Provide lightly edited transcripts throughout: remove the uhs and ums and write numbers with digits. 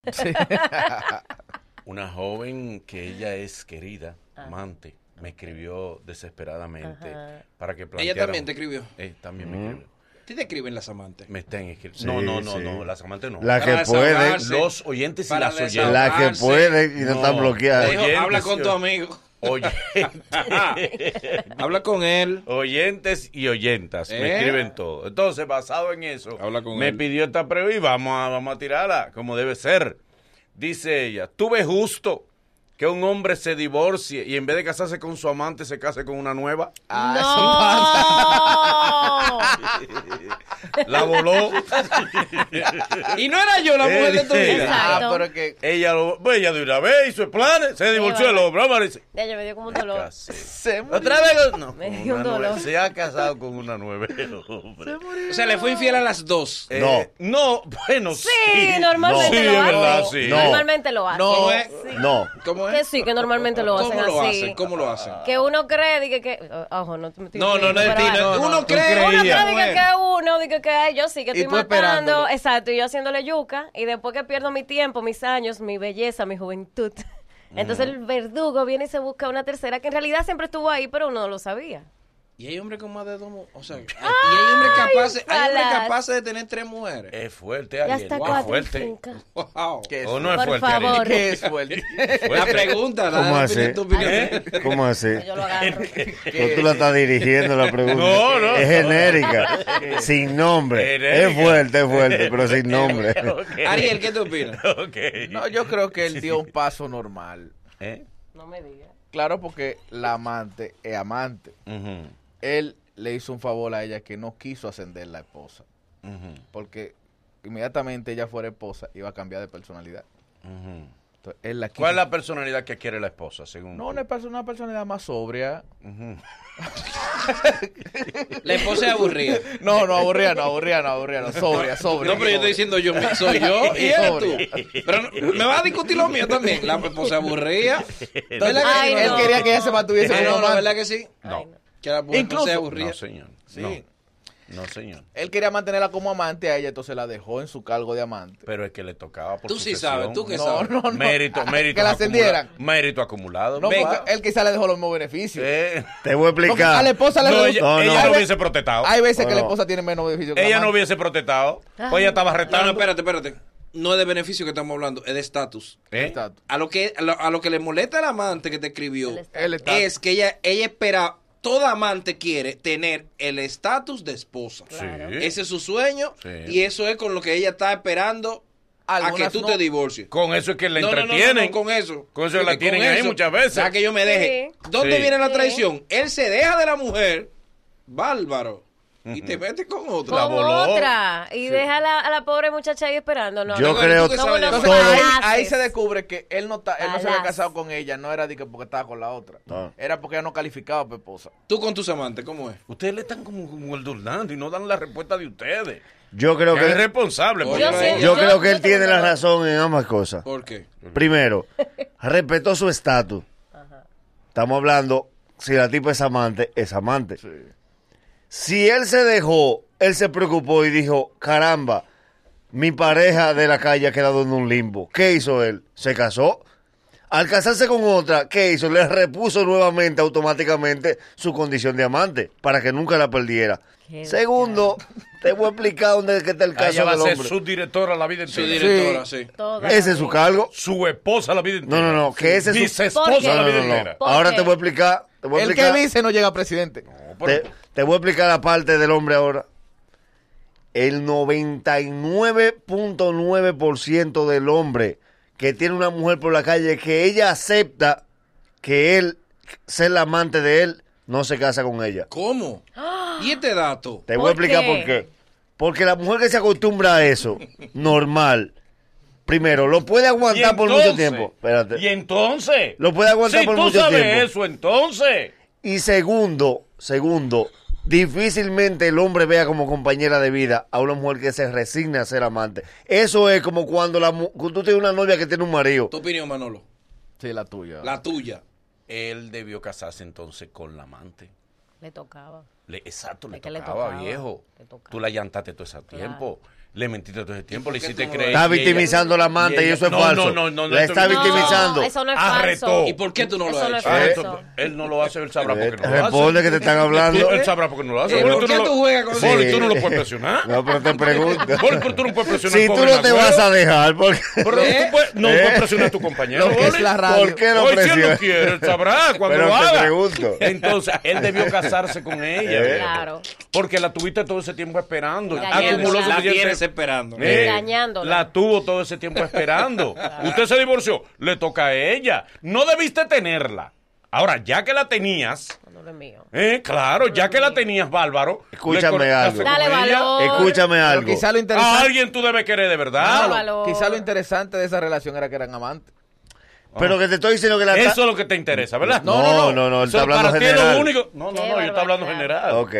Sí. Una joven que ella es querida, amante, me escribió desesperadamente para que planteara. Ella también te escribió. También me escribió. ¿Ti te escriben las amantes? Me están escribiendo. Sí, no, las amantes no. La que Para puede, desahogarse. Los oyentes y Para las oyentes. la que puede y no están bloqueadas. Dijo, Oyentes, habla con tu amigo. Habla con él. Oyentes y oyentas, me ¿Eh? escriben todo. Entonces, basado en eso, Habla con me él. pidió esta prueba y vamos a tirarla como debe ser. Dice ella, ¿tú ves justo que un hombre se divorcie y en vez de casarse con su amante se case con una nueva? La voló. Y no era yo la mujer de tu vida. Exacto. pero que Ella de una vez hizo planes, se divorció el hombre. Vamos a decir, Ya, yo me dio como un dolor. se murió. ¿otra vez? No, Me con dio un una nueva. dolor. Se ha casado con una nueva. Hombre. O sea, le fue infiel a las dos. No, bueno, sí. Sí, normalmente Sí, lo es hacen. verdad, sí. No. Normalmente lo hacen. No, ¿Cómo es? no. ¿Cómo Que es? sí, que normalmente lo hacen ¿Cómo lo así. hacen? ¿Cómo lo hacen? Que uno cree, dice que... Ojo, no te No, no es de ti. Uno cree. Uno ella, cree mujer. que uno, dice que ay, yo sí, que Y estoy tú matando. esperándolo. Exacto, y yo haciéndole yuca. Y después que pierdo mi tiempo, mis años, mi belleza, mi juventud. Entonces el verdugo viene y se busca una tercera que en realidad siempre estuvo ahí, pero uno no lo sabía. Y hay hombres con más de dos mujeres. O sea, y hay hombres Falas. capaces de tener 3 mujeres. Es fuerte, Ya Ariel. está Es cuatro fuerte. finca. Wow. ¿Qué es? ¿O no es Por fuerte, favor. Ariel? ¿Qué es fuerte? La pregunta, ¿Cómo la así? tu opinión. ¿Cómo así? Yo lo agarro. Pero tú la estás dirigiendo la pregunta. No. Es genérica, sin nombre. Genérica. Es fuerte, pero sin nombre. Ariel, ¿qué te opinas? Ok. No, yo creo que él dio un paso normal. ¿Eh? No me digas. Claro, porque la amante es amante. Ujú, Él le hizo un favor a ella que no quiso ascender la esposa. ujú, Porque inmediatamente ella fuera esposa, iba a cambiar de personalidad. ujú. Entonces, él la quiso. ¿Cuál es la personalidad que quiere la esposa, según No, tú? una personalidad más sobria. Ujú. La esposa es aburrida. No, aburrida, no, sobria. No, pero yo estoy diciendo soy yo y eres tú. Pero me vas a discutir lo mío también. La esposa es aburrida. ¿Verdad que Ay, sí? no. Él quería que ella se mantuviese con No, un la amante. verdad que sí. No. Ay, no. Que la mujer Incluso- sea aburrida. No, señor. Sí. No, señor. Él quería mantenerla como amante a ella, entonces la dejó en su cargo de amante. Pero es que le tocaba por Tú sí sucesión. sabes, tú que No, sabes. no. Mérito Que la ascendieran. Mérito acumulado. No, Venga. porque él quizá le dejó los mismos beneficios. Te voy a Porque explicar. a la esposa le No, redujo- ella no. no hubiese protestado. Hay veces que No. la esposa tiene menos beneficios que la Ella no amante. hubiese protestado. Pues ella estaba No, retando. espérate. No es de beneficio que estamos hablando, es de estatus. ¿Eh? Exacto. A lo que le molesta al amante que te escribió Él está- es que ella espera, toda amante quiere tener el estatus de esposa. Sí. Ese es su sueño Sí. y eso es con lo que ella está esperando a que Algunas tú no. te divorcies. Con eso es que la No, entretienen. con eso. Con eso Porque la tienen ahí muchas veces. Deja que yo me deje. Sí. ¿Dónde Sí. viene la Sí. traición? Él se deja de la mujer, bárbaro, y te mete con otra. La Como voló. otra. Y deja a la pobre muchacha ahí esperando. No, Yo no. creo que No, sabes no, de Entonces no. ahí Haces. se descubre que él no se había Alas. casado con ella, no era de que porque estaba con la otra. No. Era porque ella no calificaba para esposa. Tú con tus amantes, ¿cómo es? Ustedes le están como endulzando y no dan la respuesta de ustedes. Yo creo Que es que responsable. Oye, por Yo eso. sí. yo creo que él yo tiene tengo la que- razón en ambas cosas. ¿Por qué? Primero, respetó su estatus. Estamos hablando, si la tipa es amante, es amante. Si él se dejó, él se preocupó y dijo, caramba, mi pareja de la calle ha quedado en un limbo. ¿Qué hizo él? Se casó. Al casarse con otra, ¿qué hizo? Le repuso nuevamente, automáticamente, su condición de amante, para que nunca la perdiera. Qué Segundo, te voy a explicar dónde es que está el Ella caso va a del ser hombre. subdirectora la vida Su entera. directora, sí. Todo. Ese es su cargo. Su esposa la vida entera. No, que ese es su... ¿Por Viceesposa qué? la No, vida no, no. entera. ¿Por Ahora qué? te voy a explicar. Te voy a El que explicar, dice no llega a presidente. te voy a explicar la parte del hombre ahora. El 99.9% del hombre que tiene una mujer por la calle que ella acepta que él ser la amante de él, no se casa con ella. ¿Cómo? ¿Y este dato? Te voy a ¿Por explicar qué? por qué. Porque la mujer que se acostumbra a eso, normal, primero, lo puede aguantar por mucho tiempo. Espérate. Y entonces. Lo puede aguantar si por tú mucho sabes tiempo. eso, entonces. Y segundo, difícilmente el hombre vea como compañera de vida a una mujer que se resigna a ser amante. Eso es como cuando tú tienes una novia que tiene un marido. ¿Tu opinión, Manolo? Sí, la tuya. La tuya. Él debió casarse entonces con la amante. Le tocaba. Exacto, le Es que le tocaba, tocaba, viejo. le tocaba. Tú la llantaste todo ese Claro. tiempo. Le mentiste todo ese tiempo, le hiciste creer. Está victimizando a la amante y eso es falso. No, la está victimizando. No, eso no es Arretó. falso. ¿Y por qué tú no lo Eso has no es hecho? falso. Él no lo hace, él sabrá por qué no lo hace. Responde que te están hablando. Él sabrá por qué no lo hace. ¿Por qué tú juegas con Boli, eso? tú no lo puedes presionar. No, pero te pregunto. Boli, pero tú no puedes presionar Si al tú pobre no te Nagüero. vas a dejar, porque... Pero no puedes presionar a tu compañero. Lo que es Boli. la radio. ¿Por qué lo Oye, si él no presiona? quiere, él sabrá cuando Pero lo te haga. pregunto. Entonces, él debió casarse con ella. Claro. Porque la tuviste todo ese tiempo esperando. Engañándola. Acumuló La suficiente- tienes esperando. Engañándola. La tuvo todo ese tiempo esperando. Usted se divorció, le toca a ella. No debiste tenerla. Ahora, ya que la tenías, No, no es mío. claro, ya que la tenías, Bárbaro. Escúchame le algo. cortaste Dale con ella. valor. Escúchame Pero algo. quizá lo A interesante, alguien tú debes querer de verdad. Dale no, valor. quizá lo interesante de esa relación era que eran amantes. Pero que te estoy diciendo que la... Eso es lo que te interesa, ¿verdad? No, él está hablando para ti es general. lo único. No, yo estoy hablando general. Ok.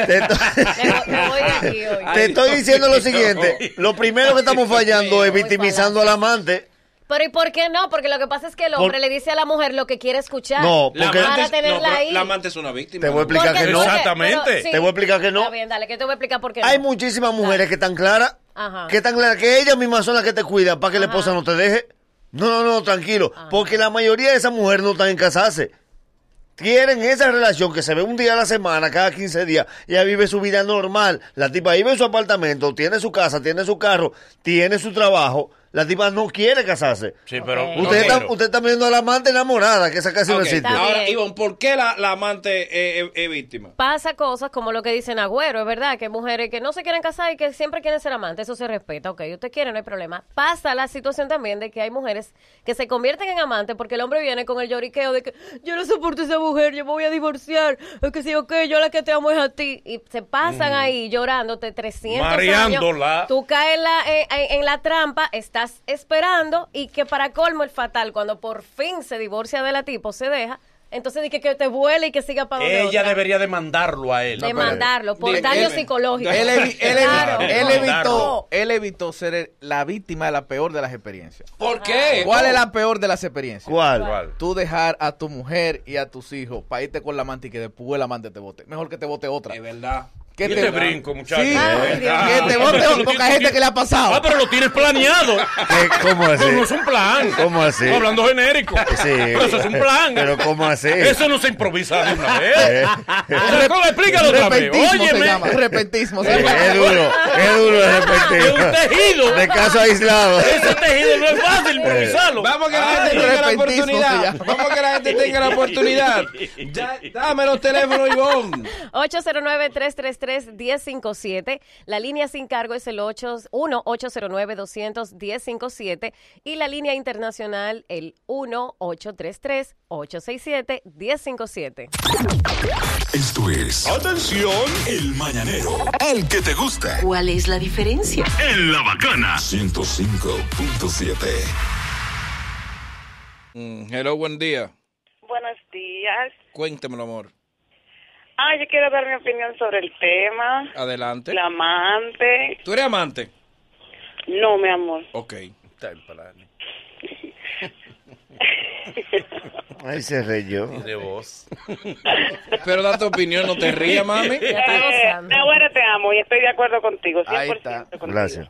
Me voy de aquí hoy. Te estoy diciendo lo siguiente. Lo primero que estamos fallando es victimizando al amante. Pero ¿y por qué no? Porque lo que pasa es que el hombre le dice a la mujer lo que quiere escuchar. No, La porque... Para tenerla pero ahí. la amante es una víctima. Te voy a explicar Porque- que no. Exactamente. Te voy a explicar que no. Está bien, dale, que te voy a explicar por qué no. Hay muchísimas mujeres que están claras, Ajá. que ellas mismas son las que te cuidan para que la esposa no te deje. No, tranquilo. Porque la mayoría de esas mujeres no están en casarse. Quieren esa relación que se ve un día a la semana, cada 15 días. Ella vive su vida normal. La tipa vive en su apartamento, tiene su casa, tiene su carro, tiene su trabajo. La tipa no quiere casarse. Sí, pero. Ok. Usted está viendo a la amante enamorada, que esa casi no Ok, existe. Está ahora, bien. Ivonne, ¿por qué la amante es víctima? Pasa cosas como lo que dicen Agüero, es verdad, que hay mujeres que no se quieren casar y que siempre quieren ser amantes, eso se respeta, ok, usted quiere, no hay problema. Pasa la situación también de que hay mujeres que se convierten en amantes porque el hombre viene con el lloriqueo de que yo no soporto a esa mujer, yo me voy a divorciar, es que sí, ok, yo la que te amo es a ti, y se pasan ahí llorándote 300 Mareándola. años, tú caes en la trampa, estás esperando y que para colmo el fatal, cuando por fin se divorcia de la tipo, se deja, entonces dice que te vuele y que siga para donde Ella otra. debería demandarlo a él. Demandarlo por Dile, daño él- psicológico. Claro. Él evitó ser la víctima de la peor de las experiencias. ¿Por qué? ¿Cuál es la peor de las experiencias? ¿Cuál? Tú dejar a tu mujer y a tus hijos para irte con la amante y que después el amante te vote. Mejor que te vote otra. Es verdad. Que Yo te brinco, muchacho. Sí, Ay, Dios. que te vote poca gente que le ha pasado. Ah, pero lo tienes planeado. ¿Cómo así? No, no es un plan. ¿Cómo así? Estoy hablando genérico. Sí. Pero eso es un plan. Pero ¿cómo así? Eso no se improvisa de una vez. O sea, ¿cómo? Explícalo otra vez. Repentismo se Óyeme. llama. Repentismo se Qué llama. duro de Es un repente. tejido. De caso aislado. Ese tejido no es fácil improvisarlo. Vamos a que la Ay, gente tenga la repentismo se oportunidad. llama. Vamos a que la gente tenga la oportunidad. Ya, dame los teléfonos, Ivonne. 809-333-1057. La línea sin cargo es el 1-809-200-1057 y la línea internacional el 1-833-867-1057. Esto es. ¡Atención! El mañanero. El que te gusta. ¿Cuál es la diferencia? En La Bacana. 105.7. Hello, buen día. Buenos días. Cuéntemelo, amor. Yo quiero dar mi opinión sobre el tema. Adelante. La amante. ¿Tú eres amante? No, mi amor. Ok. Ay, se reyó. De voz. Pero da tu opinión, no te rías, mami. Ya está gozando. Mi abuela, te amo y estoy de acuerdo contigo, 100% Ahí está. contigo. Gracias.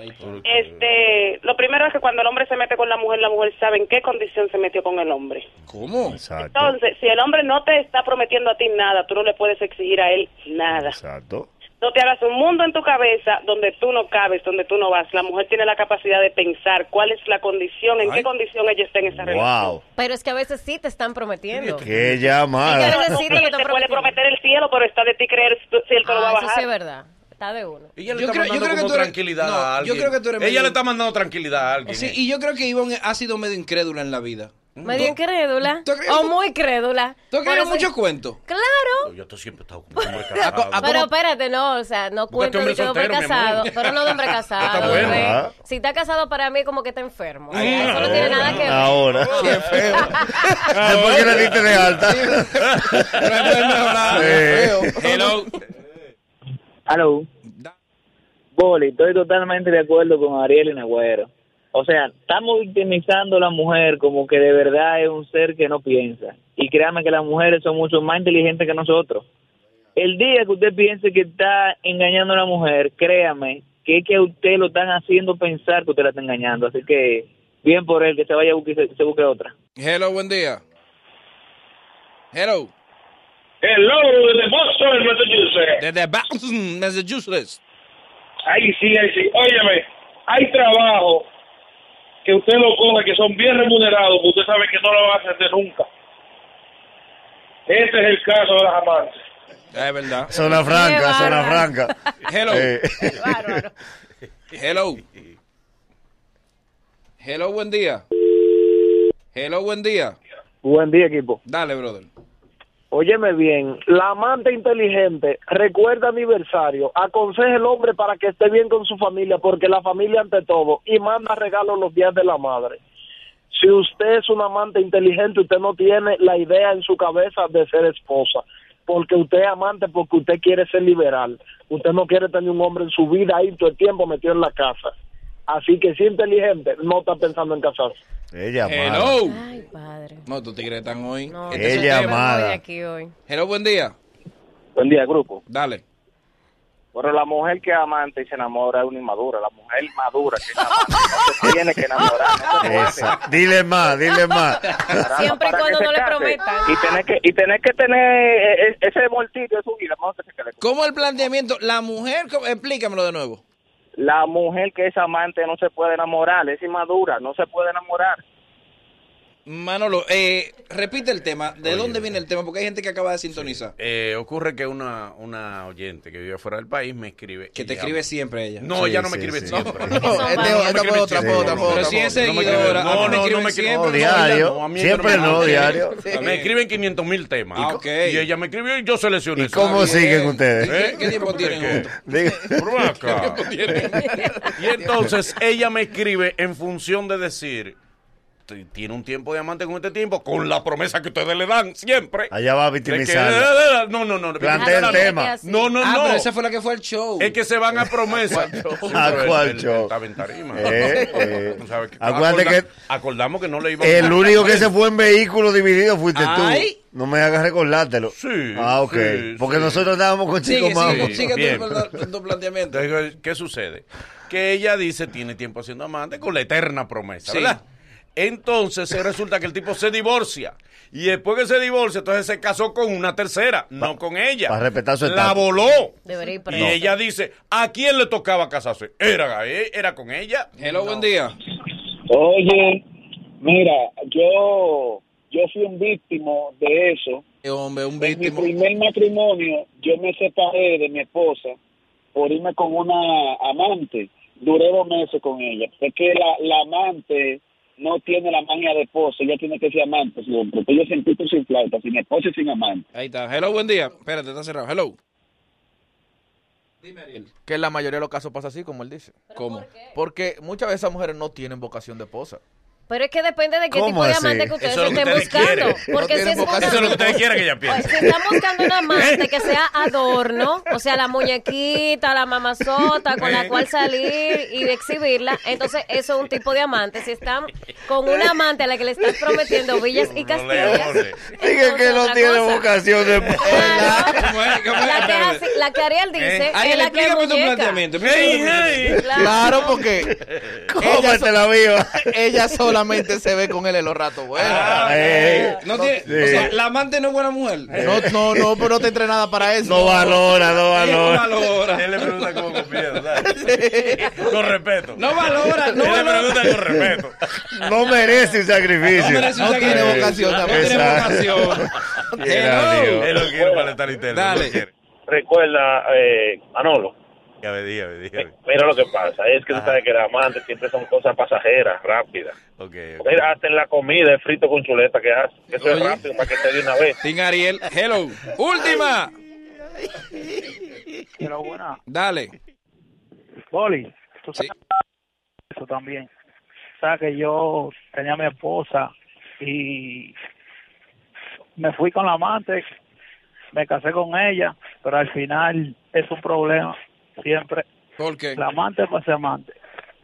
Lo primero es que cuando el hombre se mete con la mujer sabe en qué condición se metió con el hombre. ¿Cómo? Exacto. Entonces, si el hombre no te está prometiendo a ti nada, tú no le puedes exigir a él nada. Exacto. No te hagas un mundo en tu cabeza donde tú no cabes, donde tú no vas. La mujer tiene la capacidad de pensar cuál es la condición, en qué condición ella está en esa relación. Wow. Pero es que a veces sí te están prometiendo. Qué Y que llamada. a veces No, sí sí, te lo están te puede prometiendo. prometer el cielo, pero está de ti creer si él te lo va a Ah, eso bajar. sí es verdad. Está de uno. Ella le Yo está creo- yo mandando creo que como tú eres- tranquilidad no, a alguien. yo creo que tú eres Ella medio- le está mandando tranquilidad a alguien. Sí, y yo creo que Ivonne ha sido medio incrédula en la vida. Medio incrédula. ¿Tú crees- O muy crédula. ¿Tú Por crees eso- muchos cuentos? Claro. Yo siempre he estado como un hombre casado. Pero espérate, no, o sea, no cuento hombre de que hombre soltero, mi casado, amor. pero no de hombre casado. Está bueno. bebé. Ah. Si está casado para mí como que está enfermo. O sea, eso no tiene nada que ver. Ahora. Sí, es feo. Después que le diste de alta. Pero es mejorar. Es feo. Hello. Aló. Boli, estoy totalmente de acuerdo con Ariel y Nagüero. O sea, estamos victimizando a la mujer como que de verdad es un ser que no piensa. Y créanme que las mujeres son mucho más inteligentes que nosotros. El día que usted piense que está engañando a una mujer, créame que es que a usted lo están haciendo pensar que usted la está engañando. Así que, bien por él, que se vaya a buscar, se busque otra. Hello, buen día. Hello. Hello, desde Boston, Massachusetts. Desde Boston, Massachusetts. Ahí sí. Óyeme, hay trabajo que usted lo coge, que son bien remunerados, que usted sabe que no lo va a hacer nunca. Ese es el caso de las amantes. Es verdad. Zona franca. Hello. Hello. Hello, buen día. Hello, buen día. Buen día, equipo. Dale, brother. Óyeme bien, la amante inteligente recuerda aniversario, aconseja el hombre para que esté bien con su familia, porque la familia ante todo, y manda regalos los días de la madre. Si usted es un amante inteligente, usted no tiene la idea en su cabeza de ser esposa, porque usted es amante porque usted quiere ser liberal. Usted no quiere tener un hombre en su vida ahí todo el tiempo metido en la casa. Así que si es inteligente, no está pensando en casarse. Ella Hello. Ay, padre. No, estos tigres están hoy. No, Ella yo me voy amada. de aquí hoy. Hello, buen día. Buen día, grupo. Dale. Pero la mujer que es amante y se enamora es una inmadura. La mujer madura que es amante no se tiene que enamorar. No se puede. Esa. Dile más. Siempre y Para cuando que no se le case. prometan. Y tener que tener ese mortito de su vida. Mejor que se quede con- ¿Cómo el planteamiento? La mujer, explícamelo de nuevo. La mujer que es amante no se puede enamorar, es inmadura, no se puede enamorar. Manolo, repite el tema. ¿De dónde viene el tema? Porque hay gente que acaba de sintonizar. Ocurre que una oyente que vive fuera del país me escribe. Que te y escribe siempre ella. No, ella no me escribe siempre. Esta fue otra. Pero si es seguidora, No, no me escriben escribe. siempre. No, diario. a mí Siempre no no, me diario. Me escriben 500,000 temas. Ah, ok. Y ella me escribió y yo seleccioné. ¿Y cómo siguen ¿Y ustedes? qué tiempo tienen juntos? Diga- Por acá. Y entonces ella me escribe en función de decir, tiene un tiempo de amante con este tiempo, con la promesa que ustedes le dan siempre. Allá va a de que- victimizar. No. Plantea el tema. No. Pero esa fue la que fue al show. Es que se van a promesa. ¿A cuál show? Estaba en tarima. Tú sabes que- Acuérdate que acordamos que no le íbamos el único que se fue en vehículo dividido fuiste Ay. tú. No me hagas recordártelo. Sí, Ah, ok. sí, Porque sí. nosotros estábamos con Sigue, chicos más. sigue Bien. tu planteamiento. Entonces, ¿qué sucede? Que ella dice tiene tiempo siendo amante con la eterna promesa, Sí. ¿verdad? Entonces resulta que el tipo se divorcia. Y después que se divorcia, entonces se casó con una tercera, no con ella. para respetar su La estatus. voló. Debería ir Y preso. ella dice, ¿a quién le tocaba casarse? ¿Era con ella? Hello, buen día. Oye, mira, yo fui un víctima de eso. Hombre, un En mi víctima. primer matrimonio, yo me separé de mi esposa por irme con una amante. Duré 2 meses con ella. Es que la amante no tiene la magia de esposa, ella tiene que ser amante siempre. Porque ella sin pito, sin flauta, sin esposa y sin amante. Ahí está. Hello, buen día. Espérate, está cerrado. Hello. Dime, Ariel. Que en la mayoría de los casos pasa así, como él dice. ¿Cómo? Porque muchas veces esas mujeres no tienen vocación de esposa. Pero es que depende de qué ¿Cómo tipo de así? amante que ustedes Eso es lo que estén ustedes buscando. quieren. Porque No si tienen es vocación. Eso es lo que una... ustedes quieren que ella Pues, piense. si están buscando una amante que sea adorno, o sea, la muñequita, la mamazota con la cual salir y exhibirla, entonces eso es un tipo de amante. Si están con una amante a la que le están prometiendo villas y castillas, Dije que no tiene vocación de Claro. ¿Cómo es? ¿Cómo es? La que, Espérate. la que Ariel dice es Ariel, la que es explícame tu muñeca. planteamiento. Claro, porque Cómete la viva. ella solamente se ve con él en los ratos buenos. No tiene, o sea, la amante no es buena mujer. No, pero no te entre nada para eso. No valora. No valora. Él le pregunta cómo confiesa, ¿sabes? Con respeto. No valora, no Él le valora. pregunta con respeto. No merece un sacrificio. No merece un No tiene sacrificio. vocación No tampoco. tiene Exacto. vocación. Quiera Hello. Dios. Él lo quiere para estar interno. Dale. Él lo quiere. Recuerda, Manolo, Dígame. mira lo que pasa, es que tú sabes que las amantes siempre son cosas pasajeras, rápidas. Ok. Mira, hasta en la comida, el frito con chuleta que hace, eso es Oye. rápido para que te dé una vez. Team Ariel. Hello. Última. Pero bueno, Dale. Boli, tú Sí. sabes eso también. Sabes que yo tenía a mi esposa y me fui con la amante, me casé con ella, pero al final es un problema siempre. ¿Por qué? La amante pues amante.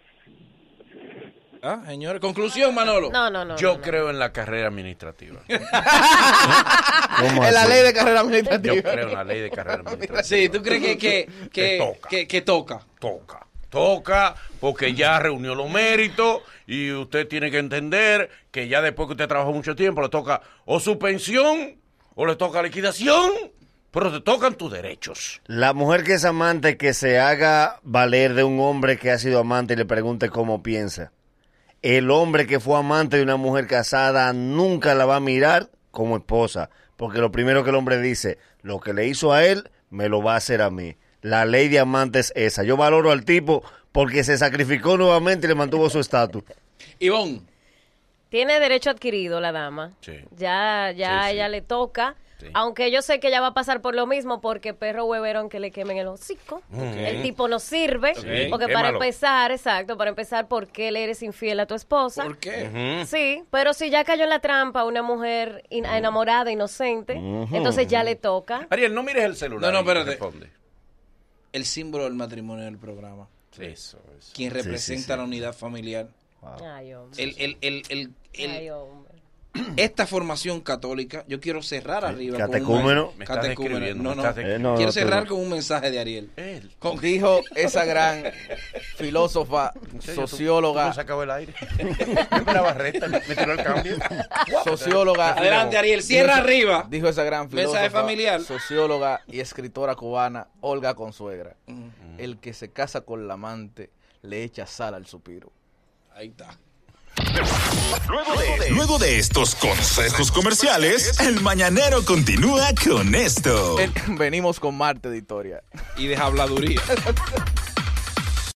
Ah, señores. Conclusión, Manolo. No. Yo creo en la carrera administrativa. ¿Cómo En la así? ley de carrera Yo administrativa. creo en la ley de carrera administrativa. Sí, ¿tú crees que Que toca. toca? Toca. Toca, porque ya reunió los méritos y usted tiene que entender que ya después que usted trabajó mucho tiempo le toca o su pensión o le toca liquidación, pero te tocan tus derechos. La mujer que es amante, que se haga valer de un hombre que ha sido amante y le pregunte cómo piensa. El hombre que fue amante de una mujer casada nunca la va a mirar como esposa, porque lo primero que el hombre dice, lo que le hizo a él, me lo va a hacer a mí. La ley de amante es esa. Yo valoro al tipo porque se sacrificó nuevamente y le mantuvo su estatus. Ivonne. Tiene derecho adquirido la dama. Sí. Ya a ella le toca. Sí. Aunque yo sé que ella va a pasar por lo mismo porque perro hueverón que le quemen el hocico. El tipo no sirve. Porque para empezar, ¿por qué le eres infiel a tu esposa? ¿Por qué? Sí, pero si ya cayó en la trampa una mujer enamorada, inocente, entonces ya le toca. Ariel, no mires el celular. No, espérate. Responde. El símbolo del matrimonio del programa. Eso. Quien representa la unidad familiar. Wow. Ay, hombre. Ay, hombre. Esta formación católica, yo quiero cerrar arriba catecúmeno. Quiero cerrar con un mensaje de Ariel. Dijo esa gran filósofa, socióloga. ¿Cómo se acabó el aire? La barreta, me tiró el cambio. Socióloga. Adelante, Ariel, cierra arriba. Dijo esa gran filósofa, mensaje familiar. socióloga y escritora cubana, Olga Consuegra. El que se casa con la amante le echa sal al suspiro. Ahí está. Luego de estos consejos comerciales, el mañanero continúa con esto. Venimos con Marte Editoria. Y de habladuría.